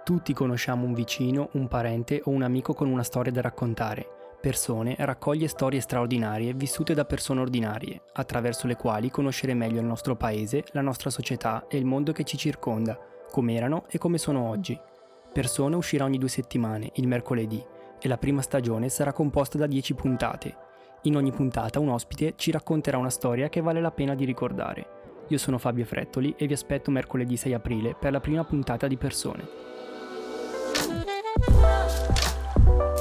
Tutti conosciamo un vicino, un parente o un amico con una storia da raccontare. Persone raccoglie storie straordinarie vissute da persone ordinarie, attraverso le quali conoscere meglio il nostro paese, la nostra società e il mondo che ci circonda, come erano e come sono oggi. Persone uscirà ogni 2 settimane, il mercoledì, e la prima stagione sarà composta da 10 puntate. In ogni puntata un ospite ci racconterà una storia che vale la pena di ricordare. Io sono Fabio Frettoli e vi aspetto mercoledì 6 aprile per la prima puntata di Persone.